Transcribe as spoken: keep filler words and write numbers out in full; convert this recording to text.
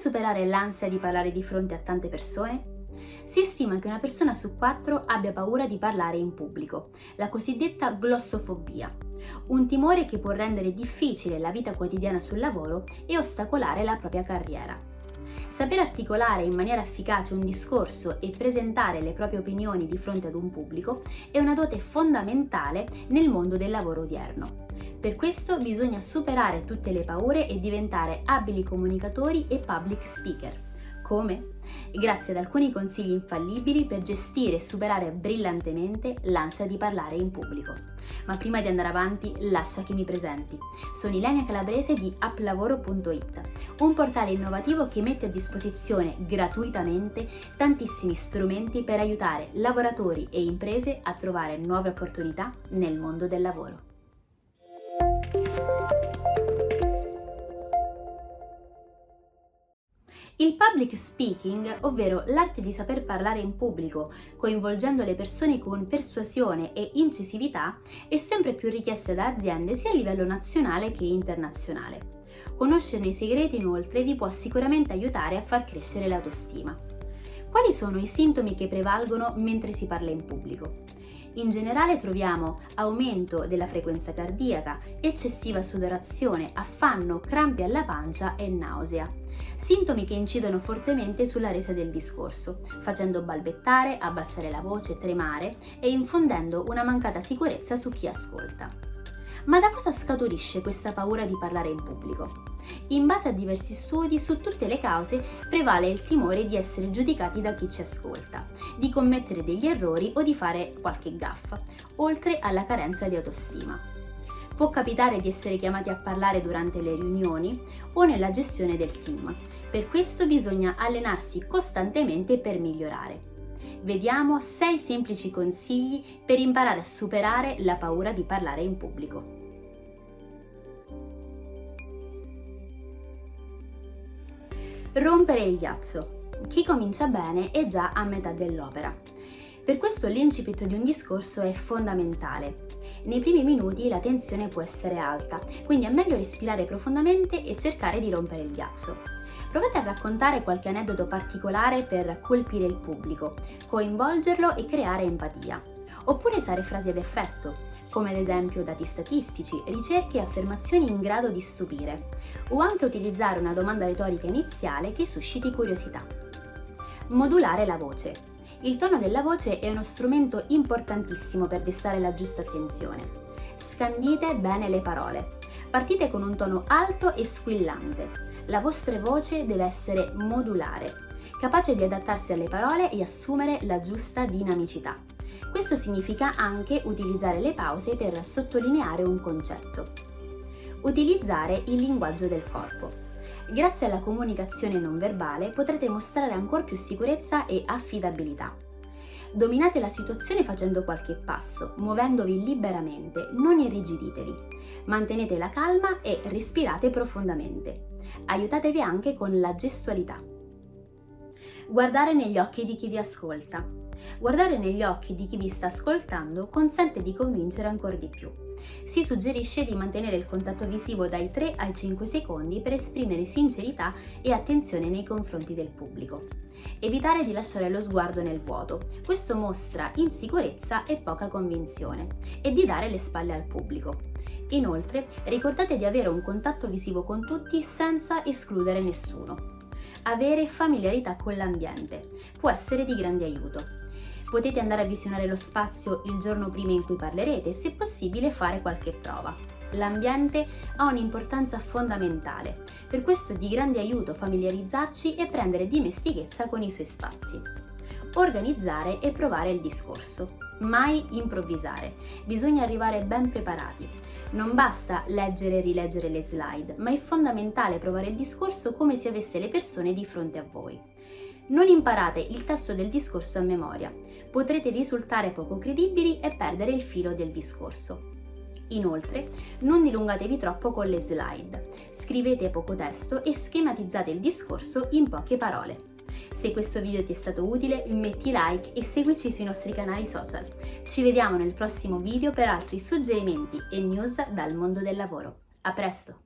superare l'ansia di parlare di fronte a tante persone? Si stima che una persona su quattro abbia paura di parlare in pubblico, la cosiddetta glossofobia, un timore che può rendere difficile la vita quotidiana sul lavoro e ostacolare la propria carriera. Saper articolare in maniera efficace un discorso e presentare le proprie opinioni di fronte ad un pubblico è una dote fondamentale nel mondo del lavoro odierno. Per questo bisogna superare tutte le paure e diventare abili comunicatori e public speaker. Come? Grazie ad alcuni consigli infallibili per gestire e superare brillantemente l'ansia di parlare in pubblico. Ma prima di andare avanti, lascia che mi presenti. Sono Ilenia Calabrese di applavoro punto it, un portale innovativo che mette a disposizione gratuitamente tantissimi strumenti per aiutare lavoratori e imprese a trovare nuove opportunità nel mondo del lavoro. Il public speaking, ovvero l'arte di saper parlare in pubblico, coinvolgendo le persone con persuasione e incisività, è sempre più richiesta da aziende sia a livello nazionale che internazionale. Conoscerne i segreti, inoltre, vi può sicuramente aiutare a far crescere l'autostima. Quali sono i sintomi che prevalgono mentre si parla in pubblico? In generale troviamo aumento della frequenza cardiaca, eccessiva sudorazione, affanno, crampi alla pancia e nausea. Sintomi che incidono fortemente sulla resa del discorso, facendo balbettare, abbassare la voce, tremare e infondendo una mancata sicurezza su chi ascolta. Ma da cosa scaturisce questa paura di parlare in pubblico? In base a diversi studi, su tutte le cause prevale il timore di essere giudicati da chi ci ascolta, di commettere degli errori o di fare qualche gaffa, oltre alla carenza di autostima. Può capitare di essere chiamati a parlare durante le riunioni o nella gestione del team. Per questo bisogna allenarsi costantemente per migliorare. Vediamo sei semplici consigli per imparare a superare la paura di parlare in pubblico. Rompere il ghiaccio. Chi comincia bene è già a metà dell'opera. Per questo l'incipit di un discorso è fondamentale. Nei primi minuti la tensione può essere alta, quindi è meglio respirare profondamente e cercare di rompere il ghiaccio. Provate a raccontare qualche aneddoto particolare per colpire il pubblico, coinvolgerlo e creare empatia. Oppure usare frasi ad effetto, come ad esempio dati statistici, ricerche e affermazioni in grado di stupire, o anche utilizzare una domanda retorica iniziale che susciti curiosità. Modulare la voce. Il tono della voce è uno strumento importantissimo per destare la giusta attenzione. Scandite bene le parole. Partite con un tono alto e squillante. La vostra voce deve essere modulare, capace di adattarsi alle parole e assumere la giusta dinamicità. Questo significa anche utilizzare le pause per sottolineare un concetto. Utilizzare il linguaggio del corpo. Grazie alla comunicazione non verbale potrete mostrare ancora più sicurezza e affidabilità. Dominate la situazione facendo qualche passo, muovendovi liberamente, non irrigiditevi. Mantenete la calma e respirate profondamente. Aiutatevi anche con la gestualità. Guardare negli occhi di chi vi ascolta. Guardare negli occhi di chi vi sta ascoltando consente di convincere ancora di più. Si suggerisce di mantenere il contatto visivo dai tre ai cinque secondi per esprimere sincerità e attenzione nei confronti del pubblico. Evitare di lasciare lo sguardo nel vuoto, questo mostra insicurezza e poca convinzione, e di dare le spalle al pubblico. Inoltre, ricordate di avere un contatto visivo con tutti senza escludere nessuno. Avere familiarità con l'ambiente può essere di grande aiuto. Potete andare a visionare lo spazio il giorno prima in cui parlerete e, se possibile, fare qualche prova. L'ambiente ha un'importanza fondamentale, per questo è di grande aiuto familiarizzarci e prendere dimestichezza con i suoi spazi. Organizzare e provare il discorso. Mai improvvisare, bisogna arrivare ben preparati. Non basta leggere e rileggere le slide, ma è fondamentale provare il discorso come se avesse le persone di fronte a voi. Non imparate il testo del discorso a memoria, potrete risultare poco credibili e perdere il filo del discorso. Inoltre, non dilungatevi troppo con le slide, scrivete poco testo e schematizzate il discorso in poche parole. Se questo video ti è stato utile, metti like e seguici sui nostri canali social. Ci vediamo nel prossimo video per altri suggerimenti e news dal mondo del lavoro. A presto!